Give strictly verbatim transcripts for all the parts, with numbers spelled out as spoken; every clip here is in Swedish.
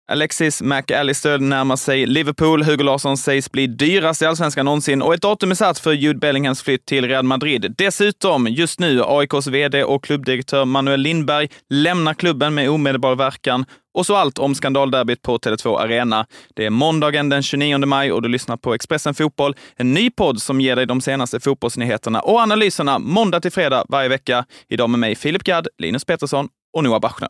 Alexis McAllister närmar sig Liverpool. Hugo Larsson sägs bli dyrast i allsvenskan någonsin och ett datum är satt för Jude Bellinghams flytt till Real Madrid. Dessutom, just nu, A I K:s vd och klubbdirektör Manuel Lindberg lämnar klubben med omedelbar verkan. Och så allt om skandalderbyt på Tele två Arena. Det är måndagen den tjugonionde maj och du lyssnar på Expressen Fotboll. En ny podd som ger dig de senaste fotbollsnyheterna och analyserna måndag till fredag varje vecka. Idag med mig Filip Gadd, Linus Pettersson och Noah Bachner.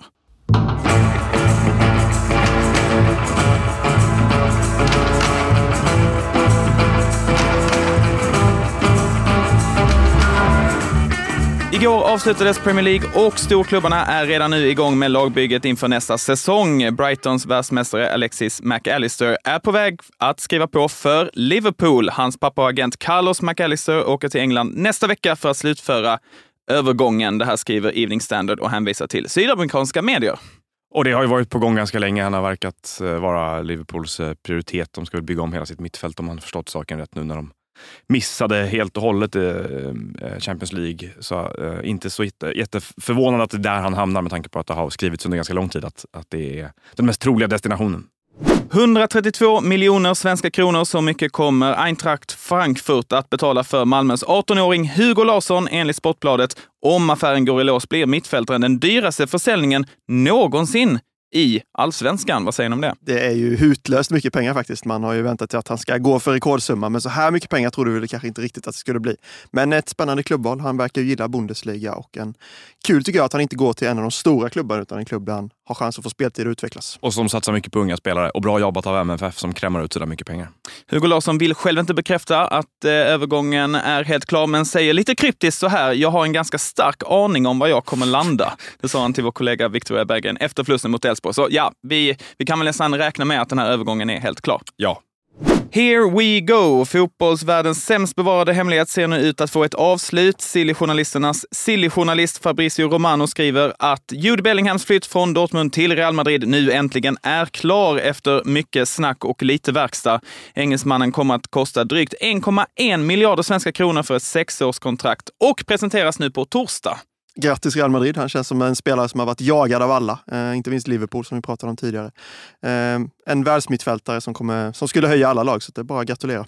Igår avslutades Premier League och storklubbarna är redan nu igång med lagbygget inför nästa säsong. Brightons världsmästare Alexis McAllister är på väg att skriva på för Liverpool. Hans pappa och agent Carlos McAllister åker till England nästa vecka för att slutföra övergången. Det här skriver Evening Standard och hänvisar till sydamerikanska medier. Och det har ju varit på gång ganska länge. Han har verkat vara Liverpools prioritet. De ska väl bygga om hela sitt mittfält om man förstått saken rätt nu när de missade helt och hållet Champions League. Så äh, inte så jätteförvånande att det är där han hamnar med tanke på att det har skrivits under ganska lång tid att, att det är den mest troliga destinationen. hundratrettiotvå miljoner svenska kronor, så mycket kommer Eintracht Frankfurt att betala för Malmös arton-åring Hugo Larsson enligt Sportbladet. Om affären går i lås blir mittfältaren den dyraste försäljningen någonsin i allsvenskan. Vad säger ni om det? Det är ju hutlöst mycket pengar faktiskt. Man har ju väntat till att han ska gå för rekordsumma, men så här mycket pengar trodde vi väl kanske inte riktigt att det skulle bli. Men ett spännande klubbval. Han verkar ju gilla Bundesliga och en kul tycker jag att han inte går till en av de stora klubbarna utan en klubb där han har chans att få speltid och utvecklas. Och som satsar mycket på unga spelare och bra jobbat av M F F som krämar ut så där mycket pengar. Hugo Larsson vill själv inte bekräfta att eh, övergången är helt klar, men säger lite kryptiskt så här: jag har en ganska stark aning om var jag kommer landa. Det sa han till vår kollega Victoria Berggren efter förlusten mot Elfsborg. Så ja, vi, vi kan väl nästan räkna med att den här övergången är helt klar. Ja. Here we go! Fotbollsvärldens sämst bevarade hemlighet ser nu ut att få ett avslut. Silly-journalisternas Silly-journalist Fabrizio Romano skriver att Jude Bellinghams flytt från Dortmund till Real Madrid nu äntligen är klar efter mycket snack och lite verkstad. Engelsmannen kommer att kosta drygt en komma en miljarder svenska kronor för ett sexårskontrakt och presenteras nu på torsdag. Grattis Real Madrid, han känns som en spelare som har varit jagad av alla, eh, inte minst Liverpool som vi pratade om tidigare. Eh, en världsmittfältare som, kommer, som skulle höja alla lag, så det är bara att gratulera.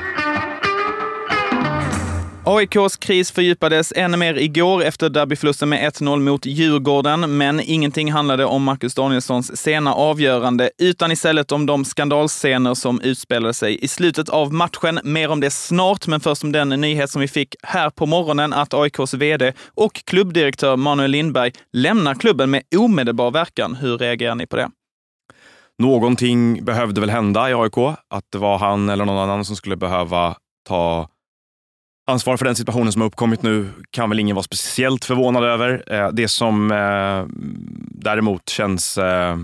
A I K:s kris fördjupades ännu mer igår efter derbyförlusten med ett noll mot Djurgården, men ingenting handlade om Marcus Danielssons sena avgörande utan istället om de skandalscener som utspelade sig i slutet av matchen. Mer om det snart, men först om den nyhet som vi fick här på morgonen att A I K:s vd och klubbdirektör Manuel Lindberg lämnar klubben med omedelbar verkan. Hur reagerar ni på det? Någonting behövde väl hända i A I K, att det var han eller någon annan som skulle behöva ta ansvar för den situationen som har uppkommit nu kan väl ingen vara speciellt förvånad över. Det som eh, däremot känns eh,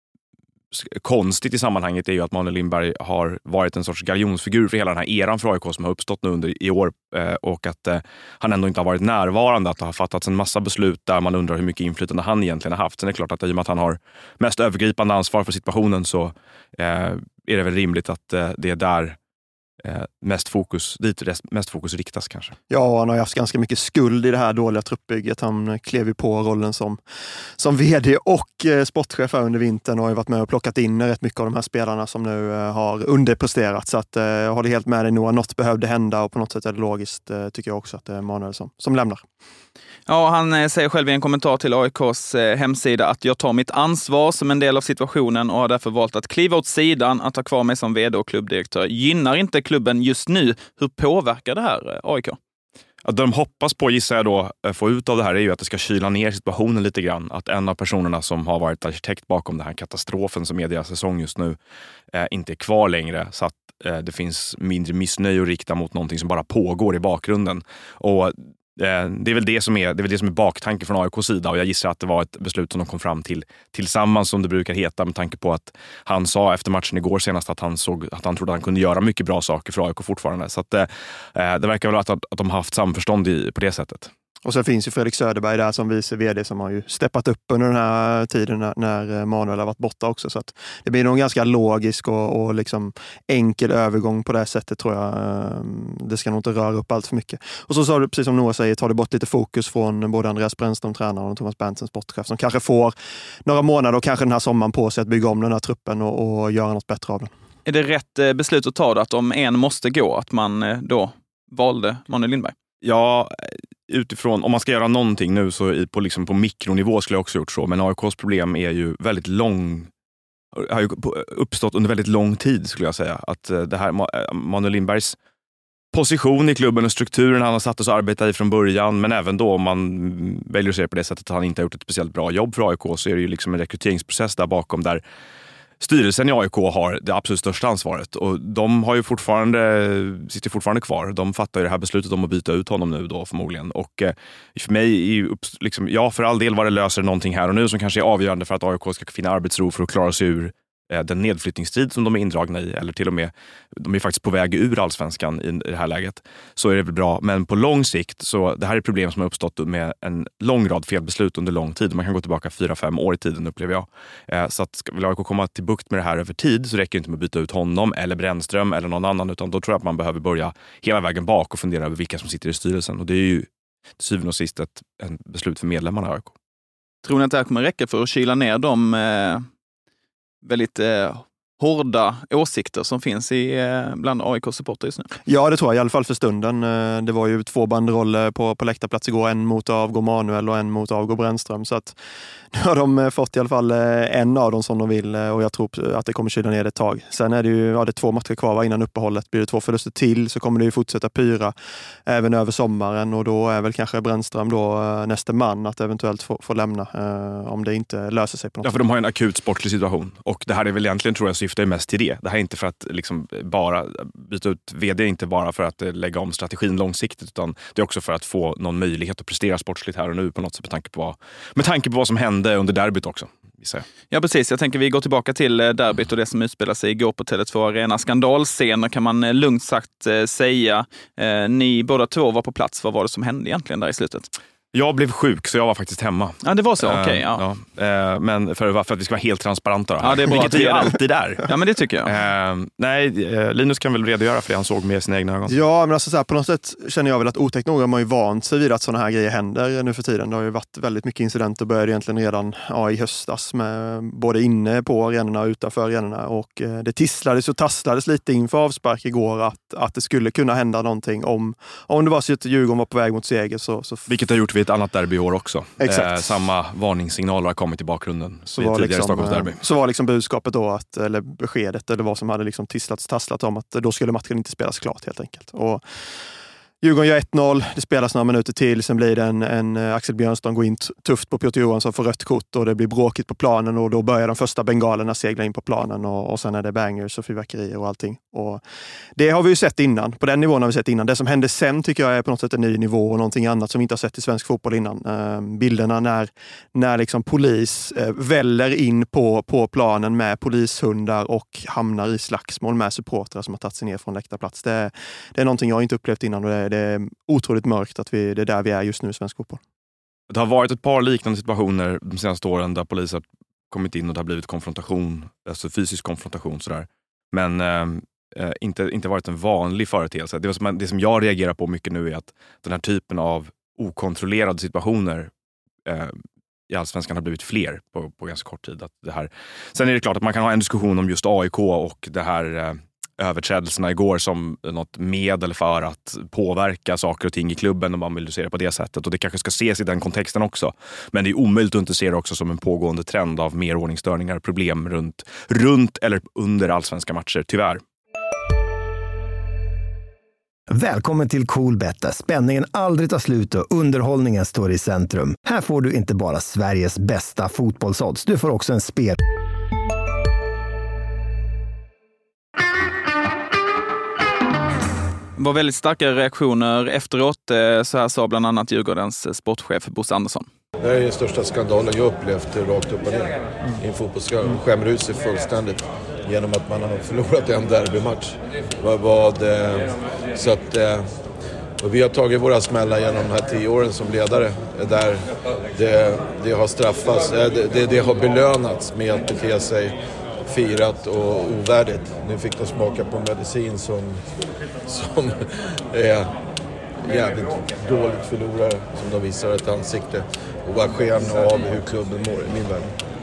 konstigt i sammanhanget är ju att Manuel Lindberg har varit en sorts galjonsfigur för hela den här eran för A I K som har uppstått nu under i år eh, och att eh, han ändå inte har varit närvarande, att det har fattats en massa beslut där man undrar hur mycket inflytande han egentligen har haft. Sen är det klart att i och med att han har mest övergripande ansvar för situationen så eh, är det väl rimligt att eh, det är där mest fokus, dit mest fokus riktas kanske. Ja, han har haft ganska mycket skuld i det här dåliga truppbygget. Han klev ju på rollen som, som vd och eh, sportchef under vintern och har ju varit med och plockat in rätt mycket av de här spelarna som nu eh, har underpresterat. Så att, eh, jag håller helt med dig Noah, något behövde hända och på något sätt är det logiskt eh, tycker jag också att det är Manuel som, som lämnar. Ja, han säger själv i en kommentar till A I K:s hemsida att jag tar mitt ansvar som en del av situationen och har därför valt att kliva åt sidan. Att ha kvar mig som vd och klubbdirektör gynnar inte klubben just nu. Hur påverkar det här A I K? Att de hoppas på, gissar jag då, få ut av det här är ju att det ska kyla ner situationen lite grann. Att en av personerna som har varit arkitekt bakom den här katastrofen som är deras säsong just nu eh, inte är kvar längre. Så att eh, det finns mindre missnöje att rikta mot någonting som bara pågår i bakgrunden. Och det är väl det som är, det är väl det som är baktanken från A I K:s sida och jag gissar att det var ett beslut som de kom fram till tillsammans som det brukar heta med tanke på att han sa efter matchen igår senast att han såg att han trodde att han kunde göra mycket bra saker för A I K fortfarande. Så att, eh, det verkar väl att, att de har haft samförstånd i, på det sättet. Och sen finns ju Fredrik Söderberg där som vice vd som har ju steppat upp under den här tiden när, när Manuel har varit borta också. Så att det blir nog en ganska logisk och, och liksom enkel övergång på det sättet tror jag. Det ska nog inte röra upp allt för mycket. Och så sa du, precis som Noah säger, tar det bort lite fokus från både Andreas Brännström, tränaren, och Thomas Berntsen, sportchef, som kanske får några månader och kanske den här sommaren på sig att bygga om den här truppen och, och göra något bättre av den. Är det rätt beslut att ta då, att om en måste gå, att man då valde Manuel Lindberg? Ja, utifrån, om man ska göra någonting nu så i, på, liksom på mikronivå skulle jag också gjort så. Men A I K:s problem är ju väldigt lång, har ju uppstått under väldigt lång tid skulle jag säga. Att det här Manuel Lindbergs position i klubben och strukturen han har satt oss att arbeta i från början, men även då om man väljer att se på det sättet att han inte har gjort ett speciellt bra jobb för A I K, så är det ju liksom en rekryteringsprocess där bakom där styrelsen i A I K har det absolut största ansvaret, och de har ju fortfarande, sitter fortfarande kvar. De fattar ju det här beslutet om att byta ut honom nu då förmodligen. Och eh, för mig är ju upp, liksom, ja, för all del vad det löser någonting här och nu som kanske är avgörande för att A I K ska finna arbetsro för att klara sig ur eh, den nedflyttningstid som de är indragna i, eller till och med de är faktiskt på väg ur allsvenskan i, i det här läget, så är det väl bra. Men på lång sikt, så det här är problem som har uppstått med en lång rad felbeslut under lång tid. Man kan gå tillbaka fyra, fem år i tiden, upplever jag. Eh, så att vill A I K komma till bukt med det här över tid, så räcker det inte med att byta ut honom eller Brännström eller någon annan, utan då tror jag att man behöver börja hela vägen bak och fundera över vilka som sitter i styrelsen. Och det är ju till syvende och sist ett en beslut för medlemmarna i A I K. Tror ni att det här kommer räcka för att kyla ner de eh, väldigt eh, hårda åsikter som finns i, eh, bland A I K-supporter just nu? Ja, det tror jag i alla fall för stunden. Det var ju två banderoller på, på läktarplats igår, en mot avgå Manuel och en mot avgå Brännström. Så att nu har de fått i alla fall en av dem som de vill, och jag tror att det kommer kyla ner det ett tag. Sen är det ju ja, det är två matcher kvar innan uppehållet. Blir det två förluster till så kommer det ju fortsätta pyra även över sommaren, och då är väl kanske Brännström då nästa man att eventuellt få, få lämna eh, om det inte löser sig på något Ja, för de har en akut sportlig situation, och det här är väl egentligen, tror jag, syftar mest till det. Det här är inte för att liksom bara byta ut vd, inte bara för att lägga om strategin långsiktigt, utan det är också för att få någon möjlighet att prestera sportsligt här och nu på något sätt, med tanke på, med tanke på vad som hände under derbyt också. Ja, precis. Jag tänker vi går tillbaka till derbyt och det som utspelar sig igår på Tele två Arena. Skandalscener kan man lugnt sagt säga. Ni båda två var på plats. Vad var det som hände egentligen där i slutet? Jag blev sjuk, så jag var faktiskt hemma. Ja, det var så. Okej, okay, ja. ja. Uh, men för, för att vi ska vara helt transparenta då. Ja, det är bra. Vilket vi ju alltid är. Ja, men det tycker jag. Uh, nej, uh, Linus kan väl redogöra för det han såg med sina egna ögon. Ja, men alltså så här, på något sätt känner jag väl att otäckt nog har man ju vant sig vid att sådana här grejer händer nu för tiden. Det har ju varit väldigt mycket incidenter, började egentligen redan ja, i höstas, med både inne på arenorna och utanför arenorna. Och uh, det tisslades och tasslades lite inför avspark igår att, att det skulle kunna hända någonting om, om det var så att Djurgården var på väg mot seger. Så, så... Vilket har gjort vid ett annat derby i år också. Exakt. Eh, samma varningssignaler har kommit i bakgrunden. Så var, liksom, så var liksom budskapet då, att, eller beskedet, eller vad som hade liksom tisslats tasslat om, att då skulle matchen inte spelas klart helt enkelt. Och Djurgården gör ett noll, det spelas några minuter till, sen blir det en, en Axel Björnsson går in tufft på Piotr Johansson för rött kort, och det blir bråkigt på planen, och då börjar de första bengalerna segla in på planen, och, och sen är det bangers och fyrverkerier och allting. Och det har vi ju sett innan, på den nivån har vi sett innan. Det som hände sen tycker jag är på något sätt en ny nivå och någonting annat som vi inte har sett i svensk fotboll innan. Eh, bilderna när, när liksom polis eh, väller in på, på planen med polishundar och hamnar i slagsmål med supportrar som har tagit sig ner från läktarplats. Det, det är någonting jag inte upplevt innan, och det, det är otroligt mörkt att vi, det är där vi är just nu i svensk fotboll. Det har varit ett par liknande situationer de senaste åren där poliser kommit in och det har blivit konfrontation, alltså fysisk konfrontation sådär. Men eh, inte, inte varit en vanlig företeelse. Det som, det som jag reagerar på mycket nu är att den här typen av okontrollerade situationer eh, i allsvenskan har blivit fler på, på ganska kort tid. Att det här. Sen är det klart att man kan ha en diskussion om just A I K och det här eh, överträdelserna igår som något medel för att påverka saker och ting i klubben, om man vill se det på det sättet. Och det kanske ska ses i den kontexten också. Men det är omöjligt att inte se det också som en pågående trend av mer ordningsstörningar, problem runt, runt eller under allsvenska matcher, tyvärr. Välkommen till Coolbet, där spänningen aldrig tar slut och underhållningen står i centrum. Här får du inte bara Sveriges bästa fotbollsodds, du får också en spel... Det var väldigt starka reaktioner efteråt, så här sa bland annat Djurgårdens sportchef Bosse Andersson. Det här är den största skandalen jag upplevt rakt upp och ner i en fotbollsskandal. Skämmer ut sig fullständigt genom att man har förlorat en derbymatch. Vad, vad, så att, Och vi har tagit våra smällar genom de här tio åren som ledare där det, det har straffats, det, det, det har belönats med att bete sig firat och ovärdigt. Nu fick de smaka på medicin som, som är jävligt dåligt förlorare, som de visar ett ansikte och bara sken av hur klubben mår i min värld.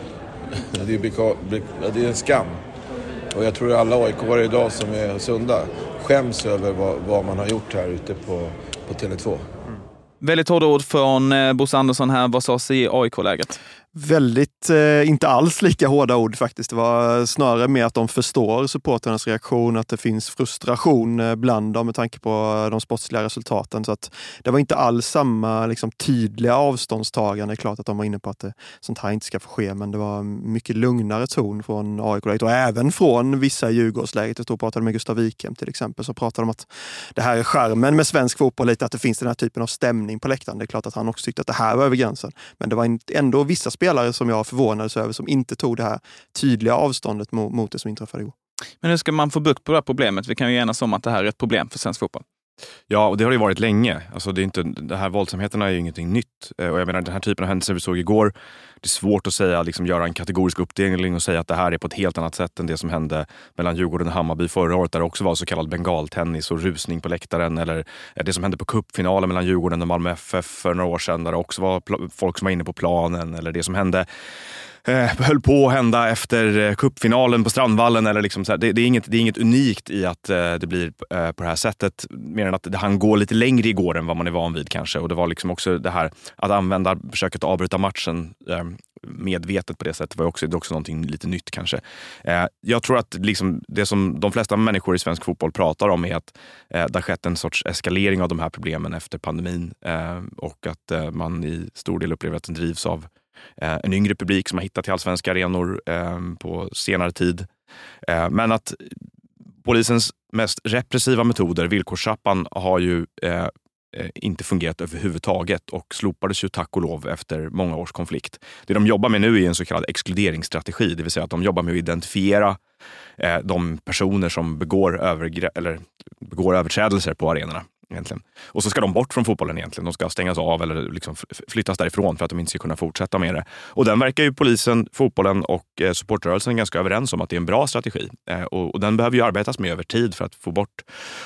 Det är, det är en skam. Och jag tror alla A I K-are idag som är sunda skäms över vad, vad man har gjort här ute på, på Tele två. Mm. Väldigt hårda ord från Bosse Andersson här. Vad sa sig i A I K-läget? Väldigt, eh, inte alls lika hårda ord faktiskt. Det var snarare med att de förstår supporternas reaktion, att det finns frustration eh, bland dem med tanke på de sportsliga resultaten. Så att det var inte alls samma liksom, tydliga avståndstagande. Det är klart att de var inne på att det, sånt här inte ska få ske, men det var mycket lugnare ton från A I K-läget och även från vissa Djurgårdsläget. Jag stod och pratade med Gustav Wikhem till exempel, så pratade de om att det här är charmen med svensk fotboll, lite att det finns den här typen av stämning på läktaren. Det är klart att han också tyckte att det här var över gränsen, men det var ändå vissa spelare som jag förvånades över som inte tog det här tydliga avståndet mot, mot det som inträffade igår. Men hur ska man få bukt på det här problemet? Vi kan ju enas om att det här är ett problem för svensk fotboll. Ja, och det har det varit länge. Alltså det är inte, det här våldsamheterna är ju ingenting nytt. Och jag menar, den här typen av händelser vi såg igår, det är svårt att säga, liksom göra en kategorisk uppdelning och säga att det här är på ett helt annat sätt än det som hände mellan Djurgården och Hammarby förra året, där det också var så kallad bengaltennis och rusning på läktaren, eller det som hände på cupfinalen mellan Djurgården och Malmö F F för några år sedan, där det också var pl- folk som var inne på planen, eller det som hände Eh, höll på att hända efter eh, cupfinalen på Strandvallen. Eller liksom så här. Det, det, är inget, det är inget unikt i att eh, det blir eh, på det här sättet, mer än att det han går lite längre igår än vad man är van vid kanske. Och det var liksom också det här att använda försöket att avbryta matchen eh, medvetet på det sättet var också, det är också någonting lite nytt kanske. Eh, jag tror att liksom det som de flesta människor i svensk fotboll pratar om är att eh, det har skett en sorts eskalering av de här problemen efter pandemin eh, och att eh, man i stor del upplever att den drivs av en yngre publik som har hittat till allsvenska arenor eh, på senare tid. Eh, men att polisens mest repressiva metoder, villkorstrappan, har ju eh, inte fungerat överhuvudtaget och slopades ju tack och lov efter många års konflikt. Det de jobbar med nu är en så kallad exkluderingsstrategi, det vill säga att de jobbar med att identifiera eh, de personer som begår, övergre- eller begår överträdelser på arenorna. Egentligen. Och så ska de bort från fotbollen egentligen. De ska stängas av eller liksom flyttas därifrån för att de inte ska kunna fortsätta med det. Och den verkar ju polisen, fotbollen och eh, supportrörelsen ganska överens om att det är en bra strategi. Eh, och, och den behöver ju arbetas med över tid för att få bort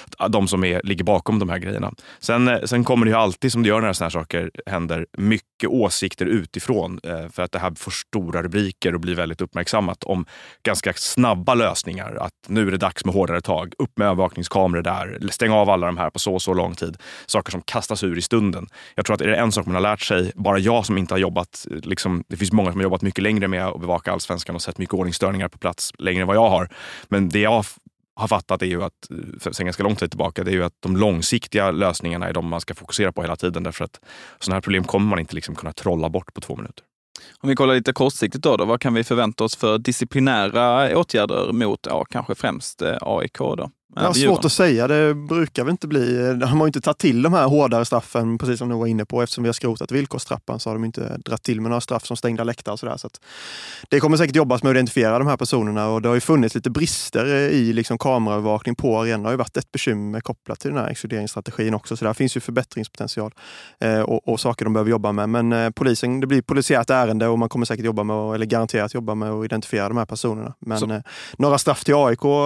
de som är, ligger bakom de här grejerna. Sen, eh, sen kommer det ju alltid, som det gör när såna här saker händer, mycket åsikter utifrån. Eh, för att det här får stora rubriker och blir väldigt uppmärksammat om ganska snabba lösningar. Att nu är det dags med hårdare tag. Upp med övervakningskameror där. Stäng av alla de här på så så lång tid. Saker som kastas ur i stunden. Jag tror att är det en sak man har lärt sig, bara jag som inte har jobbat, liksom, det finns många som har jobbat mycket längre med att bevaka allsvenskan och sett mycket ordningsstörningar på plats längre än vad jag har. Men det jag har fattat är ju att, sen ganska lång tid tillbaka, det är ju att de långsiktiga lösningarna är de man ska fokusera på hela tiden, därför att sådana här problem kommer man inte liksom kunna trolla bort på två minuter. Om vi kollar lite kortsiktigt då, då, vad kan vi förvänta oss för disciplinära åtgärder mot, ja, kanske främst A I K då? Ja, svårt att säga, det brukar väl inte bli, de har ju inte tagit till de här hårdare straffen, precis som du var inne på, eftersom vi har skrotat villkorstrappan så har de inte dratt till med några straff som stängda läktare och sådär. Så att det kommer säkert jobbas med att identifiera de här personerna, och det har ju funnits lite brister i liksom kameraövervakning på arenan. Det har ju varit ett bekymmer kopplat till den här exkluderingsstrategin också, så där finns ju förbättringspotential eh, och, och saker de behöver jobba med. Men eh, polisen, det blir polisiärt ärende och man kommer säkert jobba med, eller garanterat jobba med att identifiera de här personerna. Men eh, några straff till A I K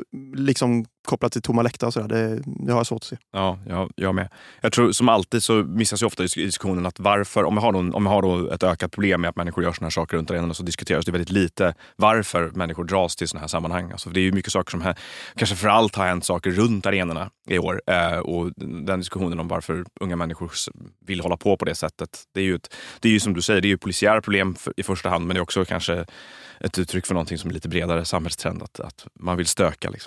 liksom kopplat till tomma läktare och sådär, det, det har jag svårt att se. Ja, jag, jag med. Jag tror som alltid så missas ju ofta i diskussionen att varför, om jag har, någon, om jag har då ett ökat problem med att människor gör såna här saker runt arenan, så diskuteras det väldigt lite varför människor dras till såna här sammanhang. Alltså, det är ju mycket saker som här, kanske för allt har hänt saker runt arenorna i år, eh, och den diskussionen om varför unga människor vill hålla på på det sättet, det är ju, ett, det är ju som du säger, det är ju polisiära problem för, i första hand, men det är också kanske ett uttryck för någonting som är lite bredare samhällstrend, att, att man vill stöka liksom.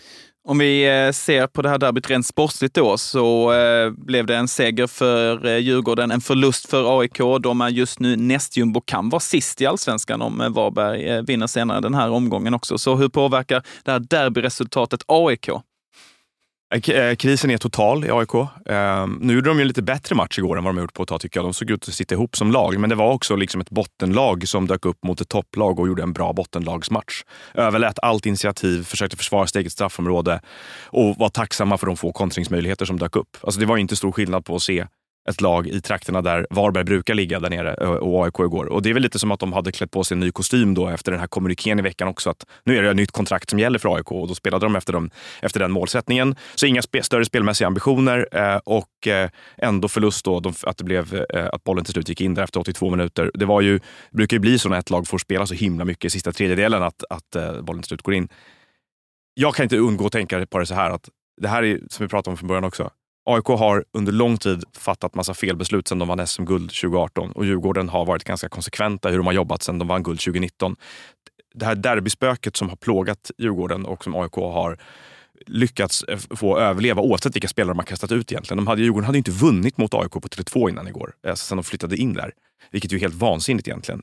Om vi ser på det här derbyt rent sportsligt då, så eh, blev det en seger för eh, Djurgården, en förlust för A I K. De är just nu nästjumbo, kan vara sist i allsvenskan om eh, Varberg eh, vinner senare den här omgången också. Så hur påverkar det här derbyresultatet A I K? Krisen är total i A I K. Nu gjorde de ju lite bättre match igår än vad de gjort på ett tag, tycker jag. De såg ut att sitta ihop som lag, men det var också liksom ett bottenlag som dök upp mot ett topplag och gjorde en bra bottenlagsmatch. Överlät allt initiativ, försökte försvara sitt eget straffområde och var tacksamma för de få kontringsmöjligheter som dök upp. Alltså det var inte stor skillnad på att se ett lag i trakterna där Varberg brukar ligga där nere och A I K igår. Och det är väl lite som att de hade klätt på sig en ny kostym då efter den här kommunikén i veckan också, att nu är det ett nytt kontrakt som gäller för A I K och då spelade de efter, dem, efter den målsättningen. Så inga spe, större spelmässiga ambitioner eh, och eh, ändå förlust då de, att det blev eh, att bollen till slut gick in där efter åttiotvå minuter. Det var ju, det brukar ju bli så när ett lag får spela så himla mycket i sista tredjedelen att, att eh, bollen till slut går in. Jag kan inte undgå att tänka på det så här, att det här är som vi pratade om från början också. A I K har under lång tid fattat massa felbeslut sedan de vann S M-guld tjugo arton och Djurgården har varit ganska konsekventa hur de har jobbat sedan de vann guld tjugo nitton. Det här derbyspöket som har plågat Djurgården och som A I K har lyckats få överleva oavsett vilka spelare de har kastat ut egentligen. De hade, Djurgården hade inte vunnit mot A I K på trettiotvå innan igår, sedan de flyttade in där. Vilket ju är helt vansinnigt egentligen.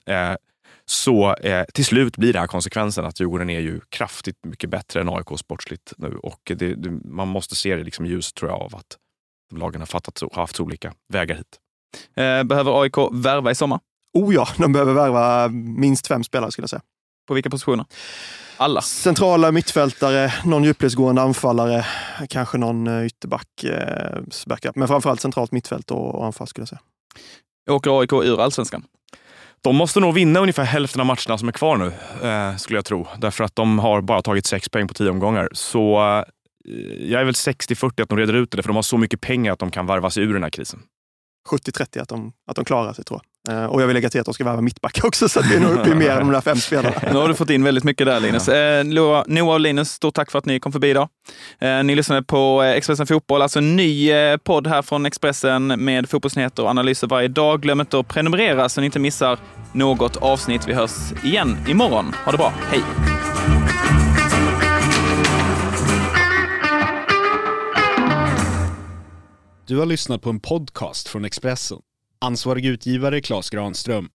Så eh, till slut blir det här konsekvensen att Djurgården är ju kraftigt mycket bättre än A I K sportsligt nu. Och det, det, man måste se det liksom ljus, tror jag, av att lagen har fattat och haft olika vägar hit. Eh, behöver A I K värva i sommar? Oh ja, de behöver värva minst fem spelare skulle jag säga. På vilka positioner? Alla? Centrala mittfältare, någon djupledsgående anfallare, kanske någon ytterback, eh, backup. Men framförallt centralt mittfält och, och anfall skulle jag säga. Åker A I K ur Allsvenskan? De måste nog vinna ungefär hälften av matcherna som är kvar nu, eh, skulle jag tro. Därför att de har bara tagit sex poäng på tio omgångar. Så eh, jag är väl sextio fyrtio att de reder ut det, för de har så mycket pengar att de kan varva sig ur den här krisen. sjuttio trettio att de, att de klarar sig, tror jag. Eh, och jag vill lägga till att de ska värva mittback också, så att det är nog uppe i mer än de där fem spelarna. Nu har du fått in väldigt mycket där, Linus. Eh, Noah och Linus, stort tack för att ni kom förbi idag. Eh, ni lyssnade på Expressen Fotboll, alltså en ny eh, podd här från Expressen med fotbollsnyheter och analyser varje dag. Glöm inte att prenumerera så ni inte missar något avsnitt. Vi hörs igen imorgon. Ha det bra. Hej! Du har lyssnat på en podcast från Expressen. Ansvarig utgivare Claes Granström.